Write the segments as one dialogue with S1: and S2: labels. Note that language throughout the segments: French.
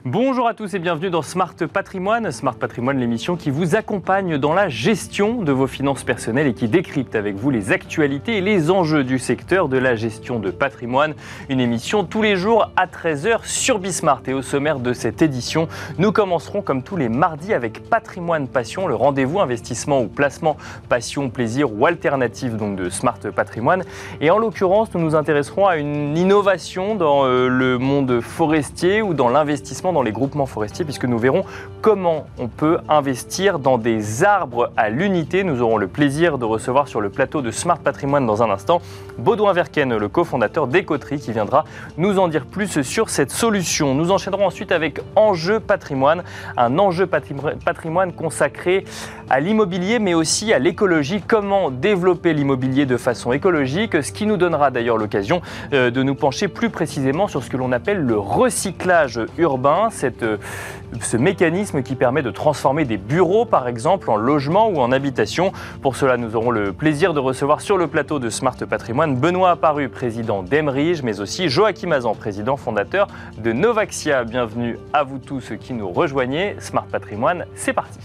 S1: Bonjour à tous et bienvenue dans Smart Patrimoine. Smart Patrimoine, l'émission qui vous accompagne dans la gestion de vos finances personnelles et qui décrypte avec vous les actualités et les enjeux du secteur de la gestion de patrimoine. Une émission tous les jours à 13h sur Bismart. Et au sommaire de cette édition, nous commencerons comme tous les mardis avec Patrimoine Passion, le rendez-vous investissement ou placement passion, plaisir ou alternative donc de Smart Patrimoine. Et en l'occurrence, nous nous intéresserons à une innovation dans le monde forestier ou dans l'investissement dans les groupements forestiers, puisque nous verrons comment on peut investir dans des arbres à l'unité. Nous aurons le plaisir de recevoir sur le plateau de Smart Patrimoine dans un instant Baudouin Verken, le cofondateur d'Ecotree, qui viendra nous en dire plus sur cette solution. Nous enchaînerons ensuite avec Enjeu Patrimoine, un enjeu patrimoine consacré à l'immobilier mais aussi à l'écologie. Comment développer l'immobilier de façon écologique, ce qui nous donnera d'ailleurs l'occasion de nous pencher plus précisément sur ce que l'on appelle le recyclage urbain. Ce mécanisme qui permet de transformer des bureaux, par exemple, en logement ou en habitation. Pour cela, nous aurons le plaisir de recevoir sur le plateau de Smart Patrimoine Benoît Apparu, président d'Emerige, mais aussi Joachim Hazan, président fondateur de Novaxia. Bienvenue à vous tous qui nous rejoignez. Smart Patrimoine, c'est parti.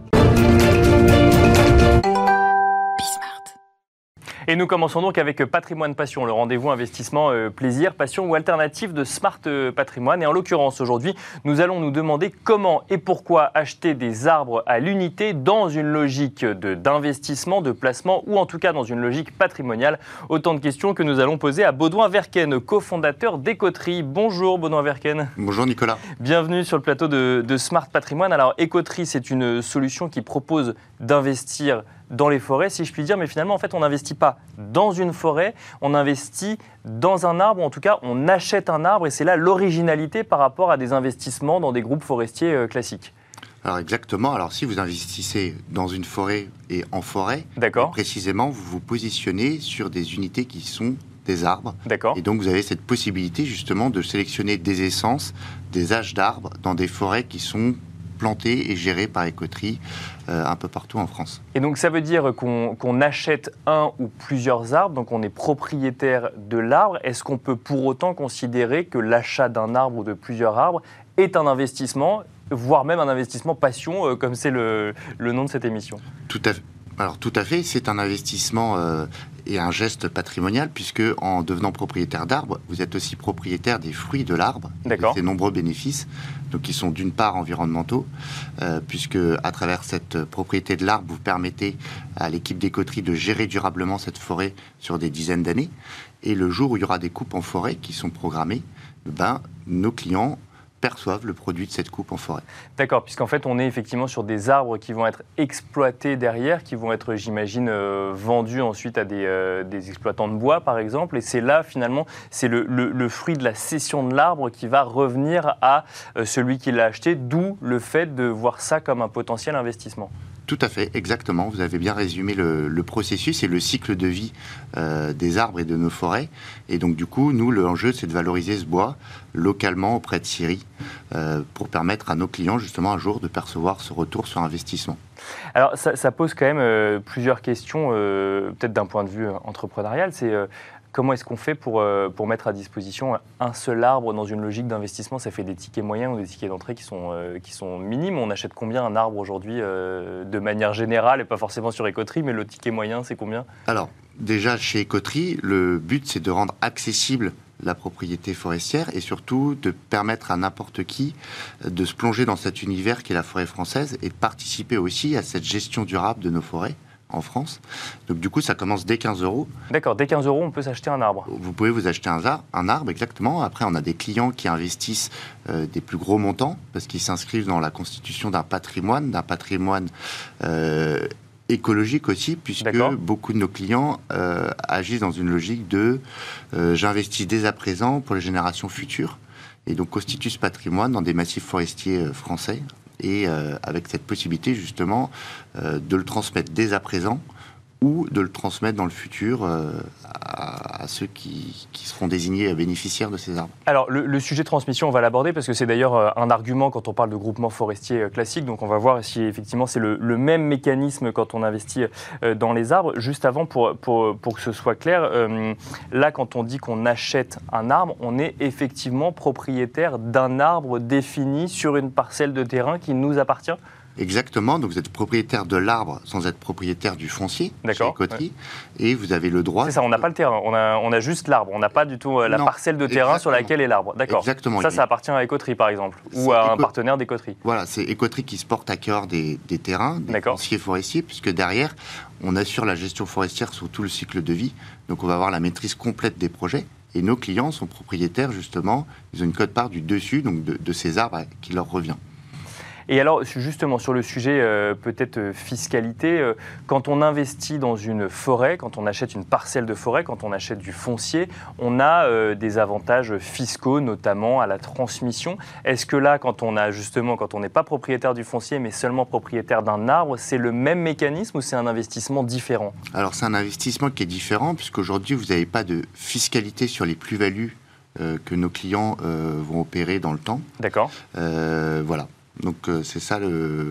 S1: Et nous commençons donc avec Patrimoine Passion, le rendez-vous investissement, plaisir, passion ou alternative de Smart Patrimoine. Et en l'occurrence, aujourd'hui, nous allons nous demander comment et pourquoi acheter des arbres à l'unité dans une logique d'investissement, de placement ou en tout cas dans une logique patrimoniale. Autant de questions que nous allons poser à Baudouin Verken, cofondateur d'Ecotree. Bonjour Baudouin Verken.
S2: Bonjour Nicolas.
S1: Bienvenue sur le plateau de Smart Patrimoine. Alors Ecotree, c'est une solution qui propose d'investir dans les forêts, si je puis dire, mais finalement, en fait, on n'investit pas dans une forêt, on investit dans un arbre, ou en tout cas, on achète un arbre, et c'est là l'originalité par rapport à des investissements dans des groupes forestiers classiques.
S2: Alors exactement, alors si vous investissez dans une forêt et en forêt, précisément, vous vous positionnez sur des unités qui sont des arbres. Et donc, vous avez cette possibilité, justement, de sélectionner des essences, des âges d'arbres dans des forêts qui sont plantés et gérés par Ecotree un peu partout en France.
S1: Et donc ça veut dire qu'on achète un ou plusieurs arbres, donc on est propriétaire de l'arbre. Est-ce qu'on peut pour autant considérer que l'achat d'un arbre ou de plusieurs arbres est un investissement, voire même un investissement passion, comme c'est le nom de cette émission ?
S2: Tout à fait. Alors tout à fait, c'est un investissement et un geste patrimonial, puisque en devenant propriétaire d'arbres, vous êtes aussi propriétaire des fruits de l'arbre, de ses nombreux bénéfices, donc qui sont d'une part environnementaux, puisque à travers cette propriété de l'arbre, vous permettez à l'équipe d'Ecotree de gérer durablement cette forêt sur des dizaines d'années, et le jour où il y aura des coupes en forêt qui sont programmées, nos clients perçoivent le produit de cette coupe en forêt.
S1: D'accord, puisqu'en fait on est effectivement sur des arbres qui vont être exploités derrière, qui vont être, j'imagine, vendus ensuite à des exploitants de bois par exemple, et c'est là finalement, c'est le fruit de la cession de l'arbre qui va revenir à celui qui l'a acheté, d'où le fait de voir ça comme un potentiel investissement.
S2: Tout à fait, exactement. Vous avez bien résumé le processus et le cycle de vie des arbres et de nos forêts. Et donc, du coup, nous, l'enjeu, c'est de valoriser ce bois localement auprès de scieries pour permettre à nos clients, justement, un jour de percevoir ce retour sur investissement.
S1: Alors, ça pose quand même plusieurs questions, peut-être d'un point de vue entrepreneurial. C'est comment est-ce qu'on fait pour mettre à disposition un seul arbre dans une logique d'investissement ? Ça fait des tickets moyens ou des tickets d'entrée qui sont minimes. On achète combien un arbre aujourd'hui de manière générale, et pas forcément sur Ecotree, mais le ticket moyen, c'est combien ?
S2: Alors, déjà, chez Ecotree, le but, c'est de rendre accessible la propriété forestière et surtout de permettre à n'importe qui de se plonger dans cet univers qu'est la forêt française et de participer aussi à cette gestion durable de nos forêts en France. Donc du coup, ça commence dès 15 €.
S1: D'accord, dès 15 €, on peut s'acheter un arbre.
S2: Vous pouvez vous acheter un arbre, exactement. Après, on a des clients qui investissent des plus gros montants parce qu'ils s'inscrivent dans la constitution d'un patrimoine écologique aussi, puisque beaucoup de nos clients agissent dans une logique de j'investis dès à présent pour les générations futures, et donc constituent ce patrimoine dans des massifs forestiers français, et avec cette possibilité justement de le transmettre dès à présent ou de le transmettre dans le futur à ceux qui seront désignés bénéficiaires de ces arbres.
S1: Alors, le sujet transmission, on va l'aborder parce que c'est d'ailleurs un argument quand on parle de groupement forestier classique. Donc, on va voir si effectivement c'est le même mécanisme quand on investit dans les arbres. Juste avant, pour que ce soit clair, là, quand on dit qu'on achète un arbre, on est effectivement propriétaire d'un arbre défini sur une parcelle de terrain qui nous appartient.
S2: Exactement, donc vous êtes propriétaire de l'arbre sans être propriétaire du foncier chez Écoterie, et vous avez le droit...
S1: C'est ça, on n'a pas le terrain, on a juste l'arbre, on n'a pas du tout la parcelle de terrain sur laquelle est l'arbre. D'accord.
S2: Exactement.
S1: Ça appartient à Écoterie par exemple, ou à un partenaire d'Écoterie.
S2: Voilà, c'est Écoterie qui se porte à cœur des terrains, des fonciers forestiers, puisque derrière, on assure la gestion forestière sur tout le cycle de vie, donc on va avoir la maîtrise complète des projets. Et nos clients sont propriétaires justement, ils ont une quote-part du dessus, donc de ces arbres qui leur revient.
S1: Et alors, justement, sur le sujet peut-être fiscalité, quand on investit dans une forêt, quand on achète une parcelle de forêt, quand on achète du foncier, on a des avantages fiscaux, notamment à la transmission. Est-ce que là, quand on n'est pas propriétaire du foncier, mais seulement propriétaire d'un arbre, c'est le même mécanisme ou c'est un investissement différent? Alors,
S2: c'est un investissement qui est différent, puisqu'aujourd'hui, vous n'avez pas de fiscalité sur les plus-values que nos clients vont opérer dans le temps.
S1: D'accord.
S2: Voilà. Donc c'est ça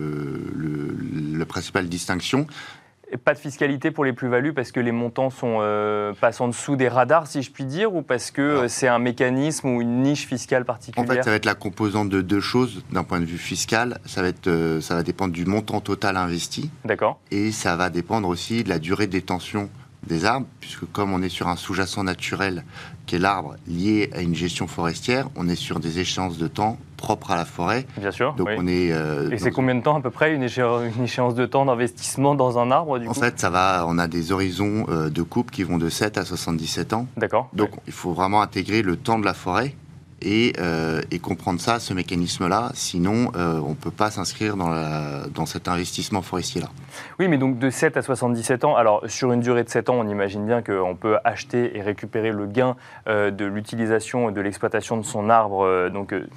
S2: la principale distinction.
S1: Et pas de fiscalité pour les plus-values parce que les montants passent en dessous des radars, si je puis dire, ou parce que c'est un mécanisme ou une niche fiscale particulière?
S2: En fait, ça va être la composante de deux choses d'un point de vue fiscal. Ça va dépendre du montant total investi.
S1: D'accord.
S2: Et ça va dépendre aussi de la durée de détention des arbres, puisque comme on est sur un sous-jacent naturel qui est l'arbre lié à une gestion forestière, on est sur des échéances de temps propres à la forêt.
S1: Bien sûr.
S2: Donc
S1: oui. Et c'est combien de temps à peu près une échéance de temps d'investissement dans un arbre
S2: En fait, on a des horizons de coupe qui vont de 7 à 77 ans.
S1: D'accord.
S2: Donc il faut vraiment intégrer le temps de la forêt et comprendre ça, ce mécanisme-là. Sinon, on ne peut pas s'inscrire dans cet investissement forestier-là.
S1: Oui, mais donc de 7 à 77 ans, alors sur une durée de 7 ans, on imagine bien qu'on peut acheter et récupérer le gain de l'utilisation et de l'exploitation de son arbre,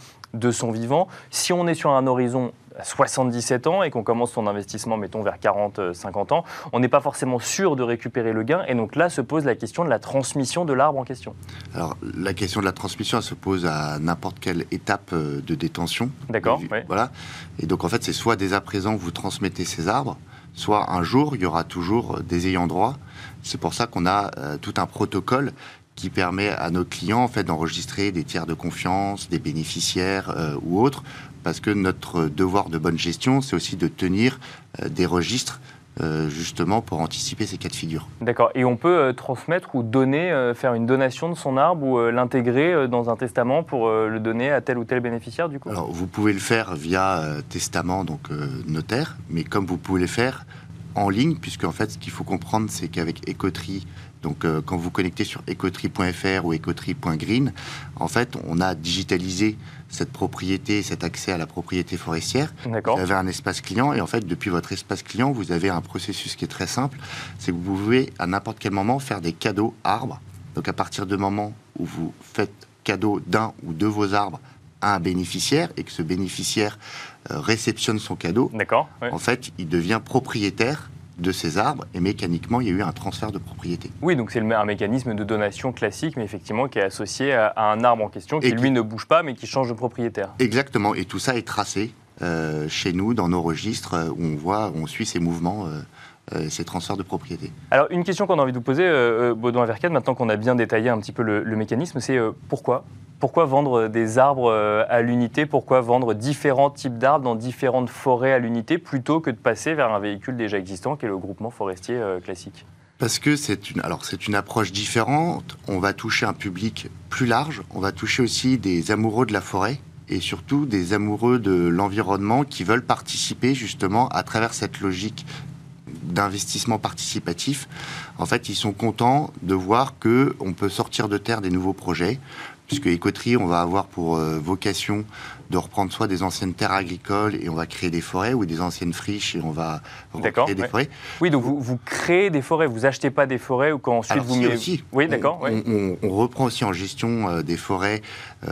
S1: de son vivant. Si on est sur un horizon à 77 ans et qu'on commence son investissement, mettons, vers 40-50 ans, on n'est pas forcément sûr de récupérer le gain. Et donc là se pose la question de la transmission de l'arbre en question.
S2: Alors, la question de la transmission, elle se pose à n'importe quelle étape de détention.
S1: D'accord, oui.
S2: Voilà. Et donc, en fait, c'est soit dès à présent vous transmettez ces arbres, soit un jour, il y aura toujours des ayants droit. C'est pour ça qu'on a tout un protocole qui permet à nos clients en fait, d'enregistrer des tiers de confiance, des bénéficiaires ou autres, parce que notre devoir de bonne gestion, c'est aussi de tenir des registres justement pour anticiper ces cas de figure.
S1: D'accord. Et on peut transmettre ou donner, faire une donation de son arbre ou l'intégrer dans un testament pour le donner à tel ou tel bénéficiaire du coup?
S2: Alors, vous pouvez le faire via testament, donc notaire, mais comme vous pouvez le faire en ligne, puisque en fait, ce qu'il faut comprendre, c'est qu'avec Écoterie, donc quand vous connectez sur écoterie.fr ou écoterie.green, en fait, on a digitalisé cette propriété, cet accès à la propriété forestière.
S1: D'accord.
S2: Vous avez un espace client et en fait, depuis votre espace client, vous avez un processus qui est très simple, c'est que vous pouvez à n'importe quel moment faire des cadeaux arbres. Donc à partir du moment où vous faites cadeau d'un ou de vos arbres à un bénéficiaire et que ce bénéficiaire réceptionne son cadeau,
S1: d'accord, oui.
S2: En fait, il devient propriétaire de ces arbres et mécaniquement, il y a eu un transfert de propriété.
S1: Oui, donc c'est un mécanisme de donation classique, mais effectivement qui est associé à un arbre en question qui, lui, ne bouge pas, mais qui change de propriétaire.
S2: Exactement, et tout ça est tracé chez nous, dans nos registres, où on suit ces mouvements, ces transferts de propriété.
S1: Alors, une question qu'on a envie de vous poser, Baudouin Vercade, maintenant qu'on a bien détaillé un petit peu le mécanisme, c'est pourquoi ? Pourquoi vendre des arbres à l'unité? Pourquoi vendre différents types d'arbres dans différentes forêts à l'unité plutôt que de passer vers un véhicule déjà existant qui est le groupement forestier classique?
S2: Parce que c'est une approche différente. On va toucher un public plus large. On va toucher aussi des amoureux de la forêt et surtout des amoureux de l'environnement qui veulent participer justement à travers cette logique d'investissement participatif. En fait, ils sont contents de voir qu'on peut sortir de terre des nouveaux projets, puisque Écoterie, on va avoir pour vocation de reprendre soit des anciennes terres agricoles et on va créer des forêts, ou des anciennes friches et on va recréer des forêts.
S1: Oui, donc vous créez des forêts, vous achetez pas des forêts ou quand ensuite
S2: alors,
S1: vous
S2: mettez... aussi.
S1: Oui, d'accord.
S2: On reprend aussi en gestion des forêts,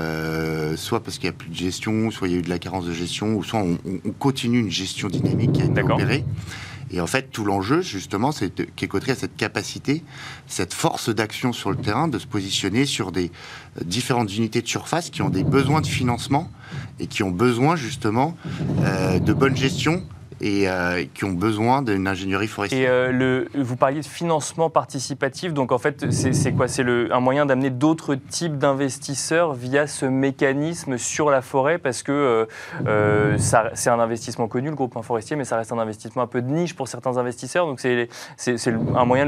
S2: soit parce qu'il n'y a plus de gestion, soit il y a eu de la carence de gestion, ou soit on continue une gestion dynamique qui a été opérée. Et en fait, tout l'enjeu, justement, c'est qu'Écoterie a cette capacité, cette force d'action sur le terrain, de se positionner sur des différentes unités de surface qui ont des besoins de financement et qui ont besoin, justement, de bonne gestion et qui ont besoin d'une ingénierie forestière.
S1: Et vous parliez de financement participatif, donc en fait, c'est quoi? C'est un moyen d'amener d'autres types d'investisseurs via ce mécanisme sur la forêt, parce que c'est un investissement connu, le groupement forestier, mais ça reste un investissement un peu de niche pour certains investisseurs, donc c'est un moyen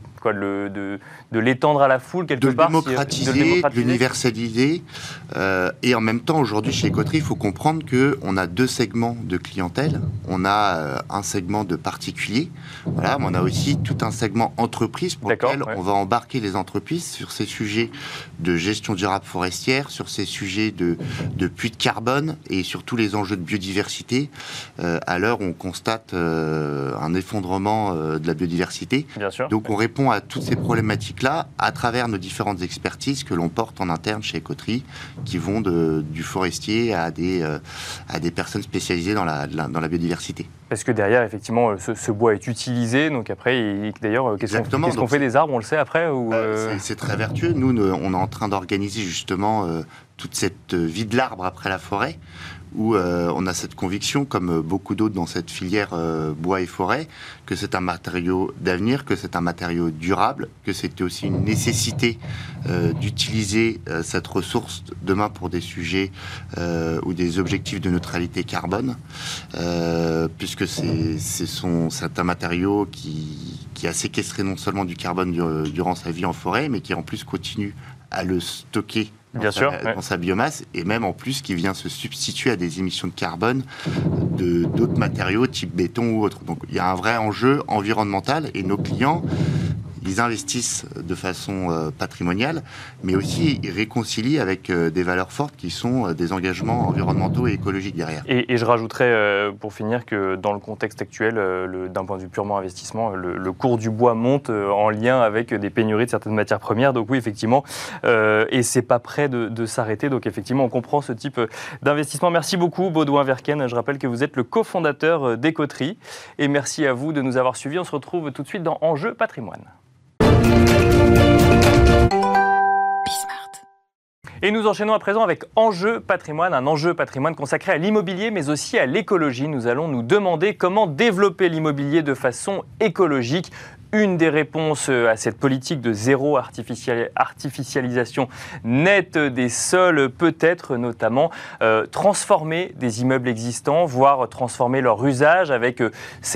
S1: de l'étendre à la foule, quelque part.
S2: De le l'universaliser. Et en même temps, aujourd'hui, chez Écoterie, il faut comprendre qu'on a deux segments de clientèle. On a un segment de particuliers, voilà, mais on a aussi tout un segment entreprise pour lequel on va embarquer les entreprises sur ces sujets de gestion durable forestière, sur ces sujets de puits de carbone et sur tous les enjeux de biodiversité. À l'heure où on constate un effondrement de la biodiversité.
S1: Bien sûr.
S2: Donc on répond à toutes ces problématiques-là à travers nos différentes expertises que l'on porte en interne chez Écoterie, qui vont du forestier à des personnes spécialisées dans la biodiversité.
S1: Parce que derrière, effectivement, ce bois est utilisé, donc après, d'ailleurs, qu'est-ce qu'on fait des arbres, on le sait après ou
S2: C'est très vertueux. Nous, on est en train d'organiser justement toute cette vie de l'arbre après la forêt, où on a cette conviction, comme beaucoup d'autres dans cette filière bois et forêt, que c'est un matériau d'avenir, que c'est un matériau durable, que c'était aussi une nécessité d'utiliser cette ressource demain pour des sujets ou des objectifs de neutralité carbone, puisque c'est un matériau qui a séquestré non seulement du carbone durant sa vie en forêt, mais qui en plus continue à le stocker dans sa biomasse, et même en plus qui vient se substituer à des émissions de carbone d'autres matériaux type béton ou autre. Donc il y a un vrai enjeu environnemental, et nos clients, ils investissent de façon patrimoniale, mais aussi ils réconcilient avec des valeurs fortes qui sont des engagements environnementaux et écologiques derrière.
S1: Et je rajouterais, pour finir, que dans le contexte actuel, d'un point de vue purement investissement, le cours du bois monte en lien avec des pénuries de certaines matières premières. Donc oui, effectivement, et c'est pas prêt de s'arrêter. Donc effectivement, on comprend ce type d'investissement. Merci beaucoup, Baudouin Verken. Je rappelle que vous êtes le cofondateur d'Écoterie. Et merci à vous de nous avoir suivis. On se retrouve tout de suite dans Enjeux Patrimoine. Et nous enchaînons à présent avec Enjeux Patrimoine, un enjeu patrimoine consacré à l'immobilier mais aussi à l'écologie. Nous allons nous demander comment développer l'immobilier de façon écologique. Une des réponses à cette politique de zéro artificialisation nette des sols peut être notamment transformer des immeubles existants, voire transformer leur usage avec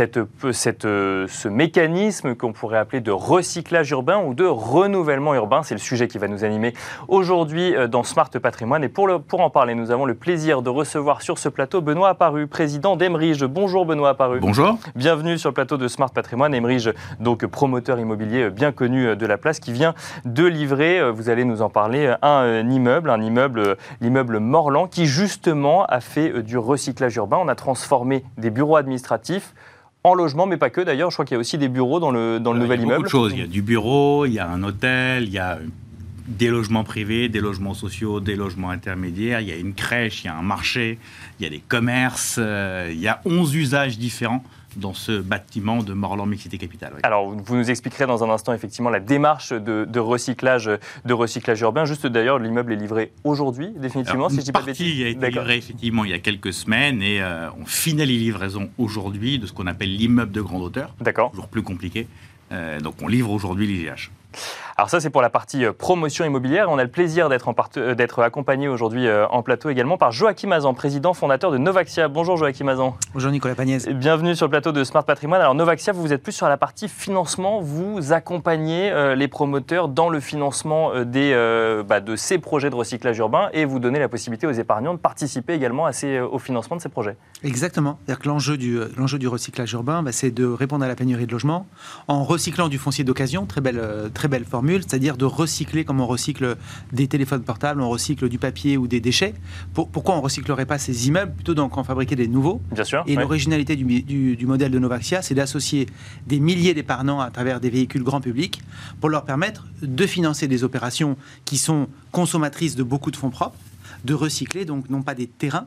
S1: ce mécanisme qu'on pourrait appeler de recyclage urbain ou de renouvellement urbain. C'est le sujet qui va nous animer aujourd'hui dans Smart Patrimoine. Et pour en parler, nous avons le plaisir de recevoir sur ce plateau Benoît Apparu, président d'Emerige. Bonjour Benoît Apparu.
S3: Bonjour.
S1: Bienvenue sur le plateau de Smart Patrimoine. Emerige, donc promoteur immobilier bien connu de la place, qui vient de livrer, vous allez nous en parler, l'immeuble Morland, qui justement a fait du recyclage urbain. On a transformé des bureaux administratifs en logement, mais pas que d'ailleurs. Je crois qu'il y a aussi des bureaux dans le nouvel immeuble.
S3: Il y a beaucoup de choses. Il y a du bureau, il y a un hôtel, il y a des logements privés, des logements sociaux, des logements intermédiaires, il y a une crèche, il y a un marché, il y a des commerces, il y a 11 usages différents dans ce bâtiment de Morland Mixité Capital. Oui.
S1: Alors, vous nous expliquerez dans un instant effectivement la démarche de recyclage urbain. Juste d'ailleurs, l'immeuble est livré aujourd'hui, définitivement,
S3: alors,
S1: si je dis pas de bêtises.
S3: Une partie a été livrée effectivement il y a quelques semaines et on finit les livraisons aujourd'hui de ce qu'on appelle l'immeuble de grande hauteur.
S1: D'accord.
S3: Toujours plus compliqué. Donc on livre aujourd'hui l'IGH.
S1: Alors ça, c'est pour la partie promotion immobilière. On a le plaisir d'être accompagné aujourd'hui en plateau également par Joachim Hazan, président fondateur de Novaxia. Bonjour Joachim Hazan.
S4: Bonjour Nicolas Pagnès.
S1: Bienvenue sur le plateau de Smart Patrimoine. Alors Novaxia, vous êtes plus sur la partie financement. Vous accompagnez les promoteurs dans le financement de ces projets de recyclage urbain et vous donnez la possibilité aux épargnants de participer également au financement de ces projets.
S4: Exactement. C'est-à-dire que l'enjeu du recyclage urbain, c'est de répondre à la pénurie de logements en recyclant du foncier d'occasion. Très belle formule. C'est-à-dire de recycler comme on recycle des téléphones portables, on recycle du papier ou des déchets. Pourquoi on ne recyclerait pas ces immeubles plutôt qu'en fabriquer des nouveaux?
S1: Bien sûr.
S4: Et l'originalité du modèle de Novaxia, c'est d'associer des milliers d'épargnants à travers des véhicules grand public pour leur permettre de financer des opérations qui sont consommatrices de beaucoup de fonds propres, de recycler, donc non pas des terrains,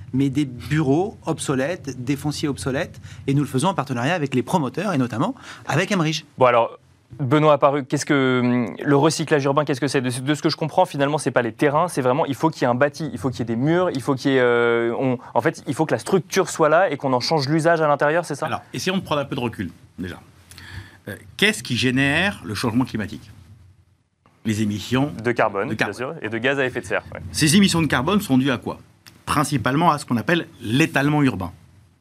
S4: mais des bureaux obsolètes, des fonciers obsolètes, et nous le faisons en partenariat avec les promoteurs, et notamment avec Emerige.
S1: Bon alors, Benoît Apparu, qu'est-ce que le recyclage urbain, qu'est-ce que c'est ? De ce que je comprends, finalement, c'est pas les terrains, c'est vraiment, il faut qu'il y ait un bâti, il faut qu'il y ait des murs, il faut qu'il y ait, en fait, il faut que la structure soit là et qu'on en change l'usage à l'intérieur, c'est ça ?
S3: Alors, essayons de prendre un peu de recul, déjà. Qu'est-ce qui génère le changement climatique ? Les émissions
S1: de carbone, bien sûr, et de gaz à effet de serre. Ouais.
S3: Ces émissions de carbone sont dues à quoi ? Principalement à ce qu'on appelle l'étalement urbain.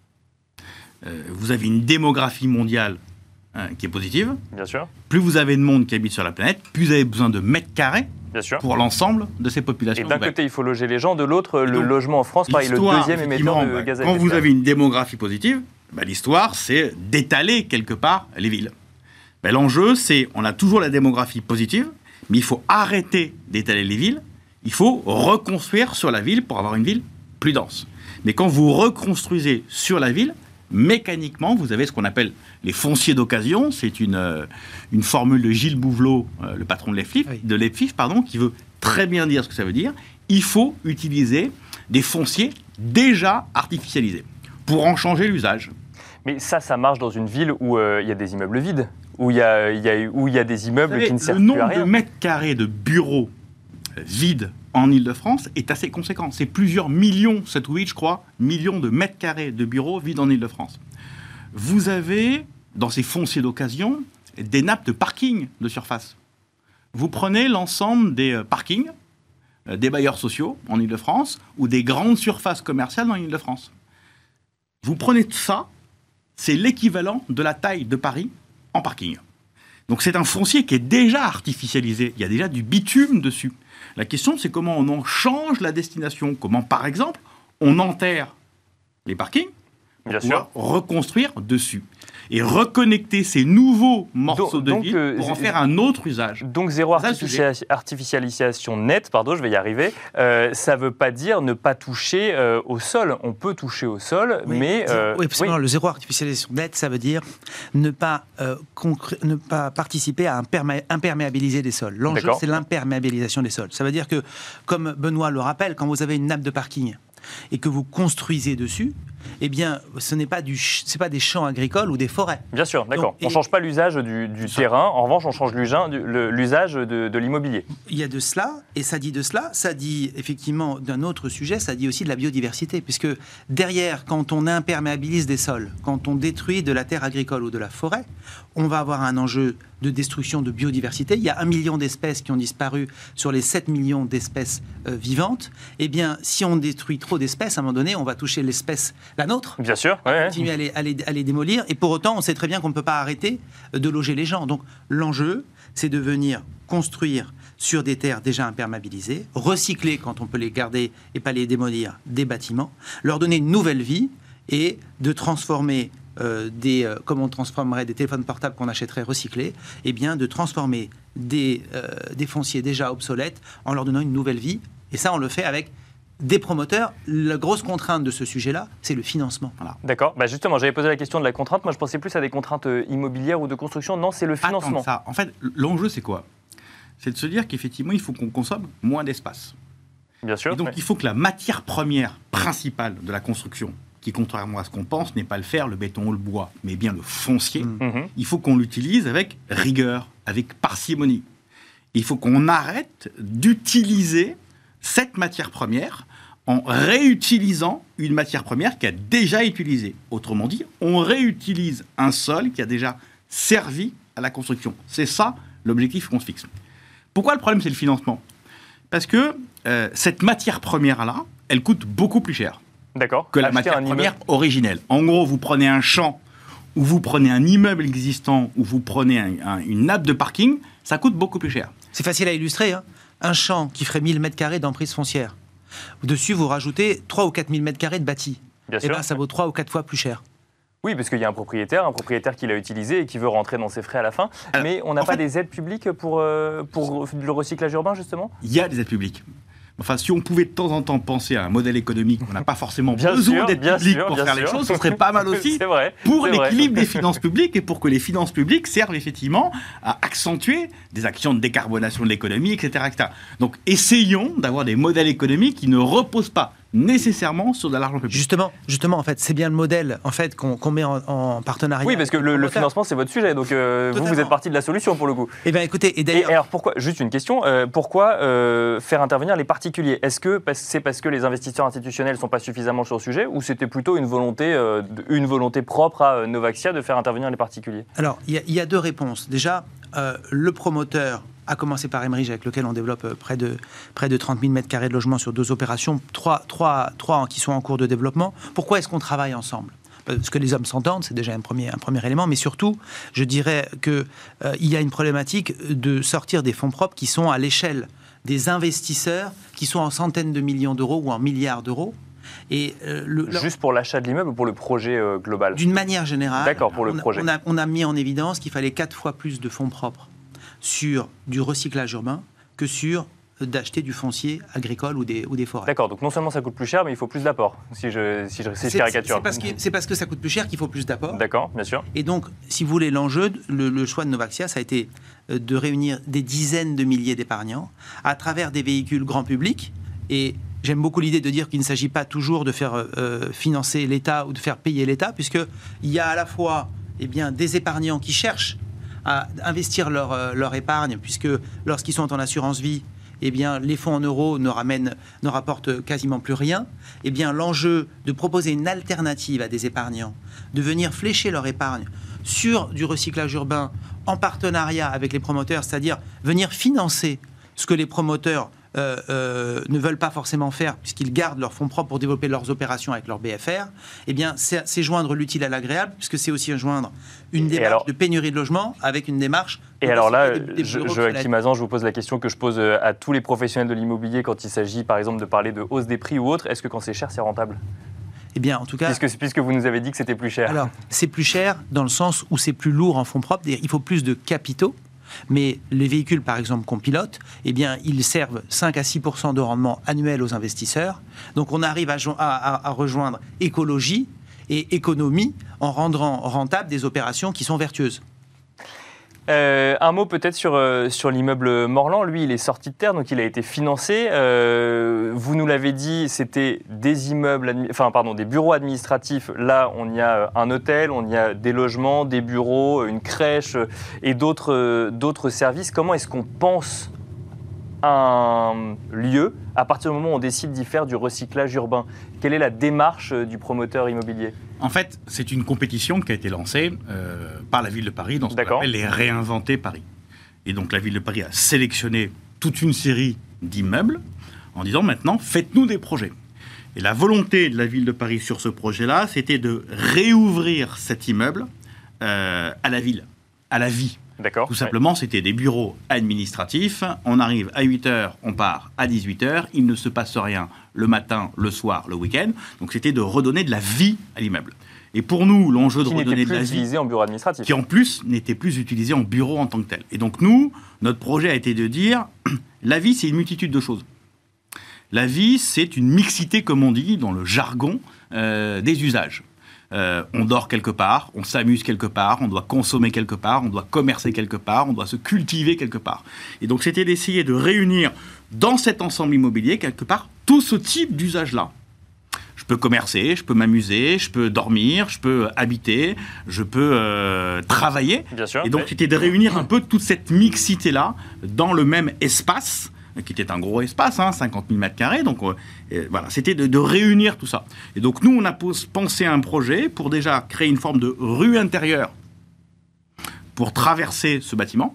S3: Vous avez une démographie mondiale qui est positive.
S1: Bien sûr.
S3: Plus vous avez de monde qui habite sur la planète, plus vous avez besoin de mètres carrés pour l'ensemble de ces populations.
S1: Et d'un côté, il faut loger les gens, de l'autre, le logement en France, pareil, le deuxième émetteur de gaz à effet de serre.
S3: Quand vous avez une démographie positive, l'histoire, c'est d'étaler quelque part les villes. L'enjeu, c'est, on a toujours la démographie positive, mais il faut arrêter d'étaler les villes, il faut reconstruire sur la ville pour avoir une ville plus dense. Mais quand vous reconstruisez sur la ville, mécaniquement, vous avez ce qu'on appelle les fonciers d'occasion. C'est une formule de Gilles Bouvelot, le patron de l'EPFIF, qui veut très bien dire ce que ça veut dire. Il faut utiliser des fonciers déjà artificialisés pour en changer l'usage.
S1: Mais ça marche dans une ville où il y a des immeubles vides, où il y a des immeubles qui ne servent plus à rien.
S3: Le nombre de mètres carrés de bureaux vides en Ile-de-France est assez conséquent. C'est plusieurs millions, 7 ou 8, je crois, millions de mètres carrés de bureaux vides en Ile-de-France. Vous avez, dans ces fonciers d'occasion, des nappes de parking de surface. Vous prenez l'ensemble des parkings des bailleurs sociaux en Ile-de-France ou des grandes surfaces commerciales en Ile-de-France. Vous prenez tout ça, c'est l'équivalent de la taille de Paris en parking. Donc c'est un foncier qui est déjà artificialisé. Il y a déjà du bitume dessus. La question, c'est comment on en change la destination. Comment, par exemple, on enterre les parkings pour reconstruire dessus. Et reconnecter ces nouveaux morceaux de ville pour en faire un autre usage.
S1: Donc zéro artificialisation nette, je vais y arriver, ça ne veut pas dire ne pas toucher au sol. On peut toucher au sol, mais...
S4: Oui, absolument. Le zéro artificialisation nette, ça veut dire ne pas participer à imperméabiliser les sols. L'enjeu, c'est l'imperméabilisation des sols. Ça veut dire que, comme Benoît le rappelle, quand vous avez une nappe de parking et que vous construisez dessus, eh bien, ce n'est pas des champs agricoles ou des forêts.
S1: Bien sûr, d'accord. On ne change pas l'usage du terrain, en revanche, on change l'usage de l'immobilier.
S4: Il y a de cela, et ça dit effectivement d'un autre sujet, ça dit aussi de la biodiversité, puisque derrière, quand on imperméabilise des sols, quand on détruit de la terre agricole ou de la forêt, on va avoir un enjeu de destruction de biodiversité. Il y a 1 million d'espèces qui ont disparu sur les 7 millions d'espèces vivantes. Eh bien, si on détruit trop d'espèces, à un moment donné, on va toucher l'espèce, la nôtre.
S1: Bien sûr.
S4: Continuer à les démolir. Et pour autant, on sait très bien qu'on ne peut pas arrêter de loger les gens. Donc, l'enjeu, c'est de venir construire sur des terres déjà imperméabilisées, recycler quand on peut les garder et pas les démolir des bâtiments, leur donner une nouvelle vie et de transformer comme on transformerait des téléphones portables qu'on achèterait recyclés, eh bien de transformer des fonciers déjà obsolètes en leur donnant une nouvelle vie. Et ça, on le fait avec des promoteurs. La grosse contrainte de ce sujet-là, c'est le financement. Voilà.
S1: D'accord. Justement, j'avais posé la question de la contrainte. Moi, je pensais plus à des contraintes immobilières ou de construction. Non, c'est le financement.
S3: Ça. En fait, l'enjeu, c'est quoi ? C'est de se dire qu'effectivement, il faut qu'on consomme moins d'espace.
S1: Bien sûr.
S3: Et donc, il faut que la matière première principale de la construction, qui, contrairement à ce qu'on pense, n'est pas le fer, le béton ou le bois, mais bien le foncier, il faut qu'on l'utilise avec rigueur, avec parcimonie. Il faut qu'on arrête d'utiliser cette matière première en réutilisant une matière première qui a déjà été utilisée. Autrement dit, on réutilise un sol qui a déjà servi à la construction. C'est ça l'objectif qu'on se fixe. Pourquoi le problème, c'est le financement ? Parce que cette matière première-là, elle coûte beaucoup plus cher que la matière première originelle. En gros, vous prenez un champ ou vous prenez un immeuble existant ou vous prenez une nappe de parking, ça coûte beaucoup plus cher.
S4: C'est facile à illustrer, hein. Un champ qui ferait 1000 m² d'emprise foncière. Dessus, vous rajoutez 3 ou 4 000 m² de bâti. Et bien, ça vaut 3 ou 4 fois plus cher.
S1: Oui, parce qu'il y a un propriétaire qui l'a utilisé et qui veut rentrer dans ses frais à la fin. Alors, mais on n'a pas des aides publiques pour le recyclage urbain, justement ?
S3: Il y a des aides publiques. Enfin, si on pouvait de temps en temps penser à un modèle économique, on n'a pas forcément besoin d'être public pour faire les choses, ce serait pas mal aussi pour l'équilibre des finances publiques et pour que les finances publiques servent effectivement à accentuer des actions de décarbonation de l'économie, etc., etc. Donc, essayons d'avoir des modèles économiques qui ne reposent pas nécessairement sur de l'argent public.
S4: Justement, en fait, c'est bien le modèle en fait, qu'on met en partenariat.
S1: Oui, parce que le financement, c'est votre sujet, donc vous êtes partie de la solution pour le coup.
S4: Eh bien, écoutez, et d'ailleurs...
S1: Et alors, pourquoi, juste une question, pourquoi faire intervenir les particuliers ? Est-ce que c'est parce que les investisseurs institutionnels ne sont pas suffisamment sur le sujet, ou c'était plutôt une volonté propre à Novaxia de faire intervenir les particuliers ?
S4: Alors, il y a deux réponses. Déjà, le promoteur, à commencer par Emerige, avec lequel on développe près de 30 000 m² de logement sur 2 opérations, 3 qui sont en cours de développement. Pourquoi est-ce qu'on travaille ensemble ? Parce que les hommes s'entendent, c'est déjà un premier élément, mais surtout, je dirais qu'il y a une problématique de sortir des fonds propres qui sont à l'échelle des investisseurs, qui sont en centaines de millions d'euros ou en milliards d'euros. Et
S1: juste pour l'achat de l'immeuble ou pour le projet global ?
S4: D'une manière générale,
S1: d'accord, pour le projet.
S4: On a mis en évidence qu'il fallait 4 fois plus de fonds propres sur du recyclage urbain que sur d'acheter du foncier agricole ou des forêts.
S1: D'accord, donc non seulement ça coûte plus cher, mais il faut plus d'apports, si je caricature.
S4: C'est parce que ça coûte plus cher qu'il faut plus d'apports.
S1: D'accord, bien sûr.
S4: Et donc, si vous voulez, l'enjeu, le choix de Novaxia, ça a été de réunir des dizaines de milliers d'épargnants à travers des véhicules grand public. Et j'aime beaucoup l'idée de dire qu'il ne s'agit pas toujours de faire financer l'État ou de faire payer l'État, puisqu'il y a à la fois des épargnants qui cherchent à investir leur épargne, puisque lorsqu'ils sont en assurance vie, les fonds en euros ne rapportent quasiment plus rien. L'enjeu de proposer une alternative à des épargnants, de venir flécher leur épargne sur du recyclage urbain en partenariat avec les promoteurs, c'est-à-dire venir financer ce que les promoteurs ne veulent pas forcément faire, puisqu'ils gardent leurs fonds propres pour développer leurs opérations avec leur BFR, c'est joindre l'utile à l'agréable, puisque c'est aussi joindre une démarche de pénurie de logement avec une démarche...
S1: Et alors là, Joachim Hazan, je vous pose la question que je pose à tous les professionnels de l'immobilier quand il s'agit, par exemple, de parler de hausse des prix ou autre. Est-ce que quand c'est cher, c'est rentable ?
S4: En tout cas...
S1: Puisque vous nous avez dit que c'était plus cher.
S4: Alors, c'est plus cher dans le sens où c'est plus lourd en fonds propres. Il faut plus de capitaux. Mais les véhicules, par exemple, qu'on pilote, ils servent 5 à 6% de rendement annuel aux investisseurs. Donc, on arrive à rejoindre écologie et économie en rendant rentables des opérations qui sont vertueuses.
S1: Un mot peut-être sur l'immeuble Morland. Lui, il est sorti de terre, donc il a été financé. Vous nous l'avez dit, c'était des des bureaux administratifs. Là, on y a un hôtel, on y a des logements, des bureaux, une crèche et d'autres services. Comment est-ce qu'on pense un lieu à partir du moment où on décide d'y faire du recyclage urbain ? Quelle est la démarche du promoteur immobilier ?
S3: En fait, c'est une compétition qui a été lancée par la ville de Paris dans ce qu'on appelle les Réinventer Paris. Et donc la ville de Paris a sélectionné toute une série d'immeubles en disant maintenant, faites-nous des projets. Et la volonté de la ville de Paris sur ce projet-là, c'était de réouvrir cet immeuble à la ville, à la vie. Tout simplement, c'était des bureaux administratifs. On arrive à 8h, on part à 18h. Il ne se passe rien le matin, le soir, le week-end. Donc, c'était de redonner de la vie à l'immeuble. Et pour nous, l'enjeu de redonner de la vie...
S1: Qui n'était plus utilisé en bureau administratif.
S3: Qui, en plus, n'était plus utilisé en bureau en tant que tel. Et donc, nous, notre projet a été de dire, la vie, c'est une multitude de choses. La vie, c'est une mixité, comme on dit, dans le jargon des usages. On dort quelque part, on s'amuse quelque part, on doit consommer quelque part, on doit commercer quelque part, on doit se cultiver quelque part. Et donc, c'était d'essayer de réunir dans cet ensemble immobilier, quelque part, tout ce type d'usage-là. Je peux commercer, je peux m'amuser, je peux dormir, je peux habiter, je peux travailler.
S1: Bien sûr,
S3: et donc, c'était de réunir un peu toute cette mixité-là dans le même espace, qui était un gros espace, 50 000 m². Donc, voilà, c'était de réunir tout ça. Et donc, nous, on a pensé à un projet pour déjà créer une forme de rue intérieure pour traverser ce bâtiment,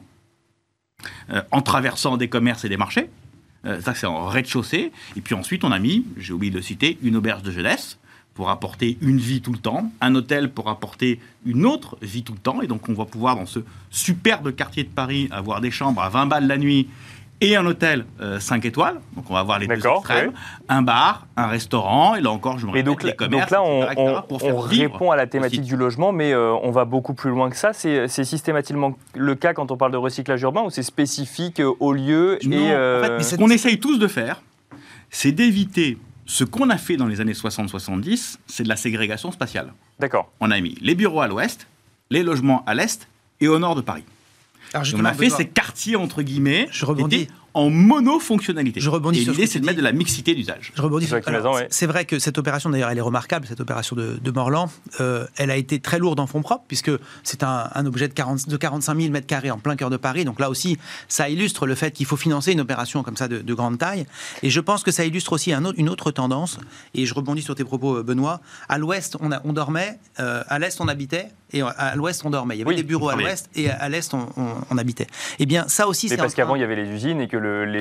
S3: en traversant des commerces et des marchés. Ça, c'est en rez-de-chaussée. Et puis ensuite, on a mis, j'ai oublié de le citer, une auberge de jeunesse pour apporter une vie tout le temps, un hôtel pour apporter une autre vie tout le temps. Et donc, on va pouvoir, dans ce superbe quartier de Paris, avoir des chambres à 20 balles la nuit et un hôtel 5 étoiles. Donc, on va avoir les deux extrêmes. Oui. Un bar, un restaurant, et là encore, je me répète, les commerces,
S1: donc là, on répond à la thématique du logement, mais on va beaucoup plus loin que ça. C'est systématiquement le cas quand on parle de recyclage urbain, ou c'est spécifique au lieu
S3: en fait, ce qu'on essaye tous de faire, c'est d'éviter ce qu'on a fait dans les années 60-70, c'est de la ségrégation spatiale.
S1: D'accord.
S3: On a mis les bureaux à l'ouest, les logements à l'est et au nord de Paris. Alors, on a fait ces quartiers, entre guillemets, en monofonctionnalité.
S4: Je rebondis
S3: et
S4: sur
S3: l'idée,
S4: ce que
S3: c'est
S4: tu
S3: de mettre
S4: dis.
S3: de la mixité d'usage.
S4: Je rebondis sur
S1: ouais.
S4: C'est vrai que cette opération, d'ailleurs, elle est remarquable, cette opération de Morlan. Elle a été très lourde en fonds propres, puisque c'est un objet de 45 000 mètres carrés en plein cœur de Paris. Donc là aussi, ça illustre le fait qu'il faut financer une opération comme ça de grande taille. Et je pense que ça illustre aussi une autre tendance. Et je rebondis sur tes propos, Benoît. À l'ouest, on dormait, à l'est, on habitait, et à l'ouest, on dormait. Il y avait des bureaux à l'ouest, et à l'est, on habitait. Eh bien, ça aussi, c'est
S1: parce qu'avant, il y avait les usines et que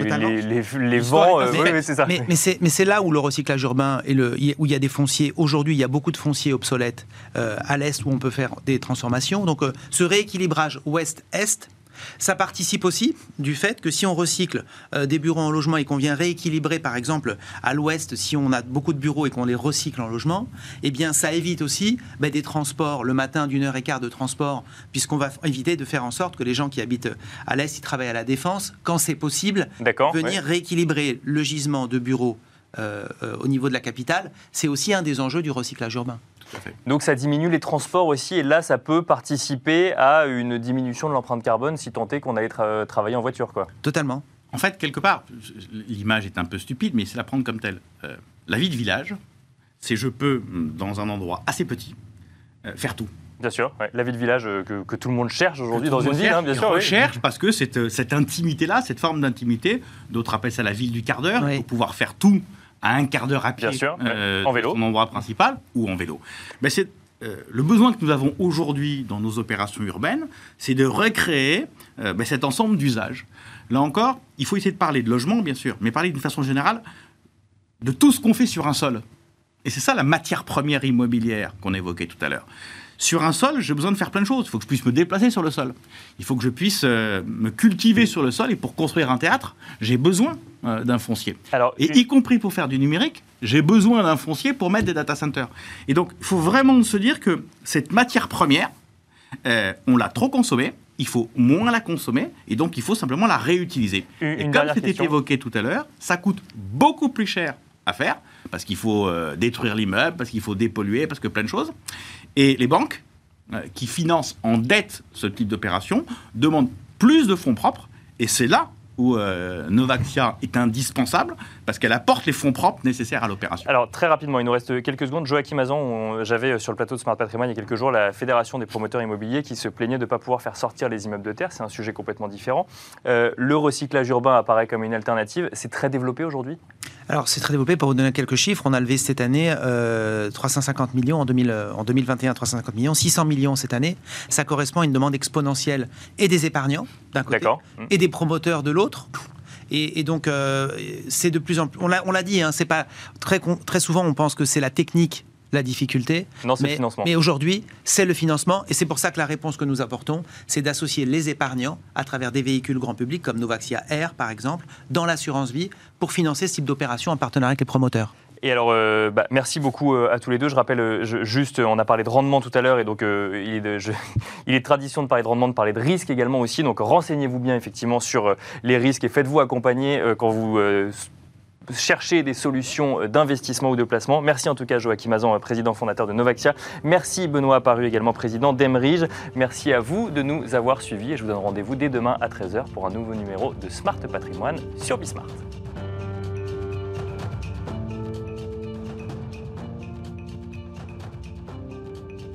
S1: les vents... c'est ça.
S4: Mais c'est là où le recyclage urbain, où il y a des fonciers, aujourd'hui, il y a beaucoup de fonciers obsolètes à l'est où on peut faire des transformations. Donc, ce rééquilibrage ouest-est, ça participe aussi du fait que si on recycle des bureaux en logement et qu'on vient rééquilibrer, par exemple, à l'ouest, si on a beaucoup de bureaux et qu'on les recycle en logement, eh bien, ça évite aussi des transports le matin d'1h15 de transport, puisqu'on va éviter de faire en sorte que les gens qui habitent à l'est, ils travaillent à la Défense, quand c'est possible, venir rééquilibrer le gisement de bureaux au niveau de la capitale. C'est aussi un des enjeux du recyclage urbain.
S1: Donc ça diminue les transports aussi, et là ça peut participer à une diminution de l'empreinte carbone si tant est qu'on allait travailler en voiture, quoi.
S4: Totalement.
S3: En fait, quelque part, l'image est un peu stupide, mais c'est la prendre comme telle. La vie de village, c'est je peux, dans un endroit assez petit, faire tout.
S1: Bien sûr, ouais. La vie de village que tout le monde cherche aujourd'hui dans une ville, bien sûr.
S3: Recherche parce que cette intimité-là, cette forme d'intimité, d'autres appellent ça la ville du quart d'heure, pour pouvoir faire tout à un quart d'heure à pied,
S1: en vélo,
S3: son endroit principal ou en vélo. Mais c'est le besoin que nous avons aujourd'hui dans nos opérations urbaines, c'est de recréer cet ensemble d'usages. Là encore, il faut essayer de parler de logement, bien sûr, mais parler d'une façon générale de tout ce qu'on fait sur un sol. Et c'est ça la matière première immobilière qu'on évoquait tout à l'heure. Sur un sol, j'ai besoin de faire plein de choses. Il faut que je puisse me déplacer sur le sol. Il faut que je puisse me cultiver sur le sol. Et pour construire un théâtre, j'ai besoin d'un foncier. Y compris pour faire du numérique, j'ai besoin d'un foncier pour mettre des data centers. Et donc, il faut vraiment se dire que cette matière première, on l'a trop consommée. Il faut moins la consommer. Et donc, il faut simplement la réutiliser. Et comme c'était évoqué tout à l'heure, ça coûte beaucoup plus cher à faire, parce qu'il faut détruire l'immeuble, parce qu'il faut dépolluer, parce que plein de choses. Et les banques, qui financent en dette ce type d'opération, demandent plus de fonds propres. Et c'est là où Novaxia est indispensable, parce qu'elle apporte les fonds propres nécessaires à l'opération.
S1: Alors, très rapidement, il nous reste quelques secondes. Joachim Hazan, j'avais sur le plateau de Smart Patrimoine il y a quelques jours la Fédération des promoteurs immobiliers qui se plaignait de ne pas pouvoir faire sortir les immeubles de terre. C'est un sujet complètement différent. Le recyclage urbain apparaît comme une alternative. C'est très développé aujourd'hui ?
S4: Alors, c'est très développé. Pour vous donner quelques chiffres, on a levé cette année 350 millions en 2021, 350 millions, 600 millions cette année. Ça correspond à une demande exponentielle et des épargnants, d'un côté, et des promoteurs de l'autre. Et donc, c'est de plus en plus... On l'a dit, c'est pas très souvent, on pense que c'est la technique, la difficulté.
S1: Non, c'est le financement.
S4: Mais aujourd'hui, c'est le financement. Et c'est pour ça que la réponse que nous apportons, c'est d'associer les épargnants à travers des véhicules grand public, comme Novaxia Air, par exemple, dans l'assurance vie, pour financer ce type d'opération en partenariat avec les promoteurs.
S1: Et alors, merci beaucoup à tous les deux. Je rappelle, juste, on a parlé de rendement tout à l'heure, et donc il est tradition de parler de rendement, de parler de risque également aussi. Donc renseignez-vous bien effectivement sur les risques et faites-vous accompagner quand vous cherchez des solutions d'investissement ou de placement. Merci en tout cas Joachim Hazan, président fondateur de Novaxia. Merci Benoît Apparu, également président d'Emerige. Merci à vous de nous avoir suivis et je vous donne rendez-vous dès demain à 13h pour un nouveau numéro de Smart Patrimoine sur Bismart.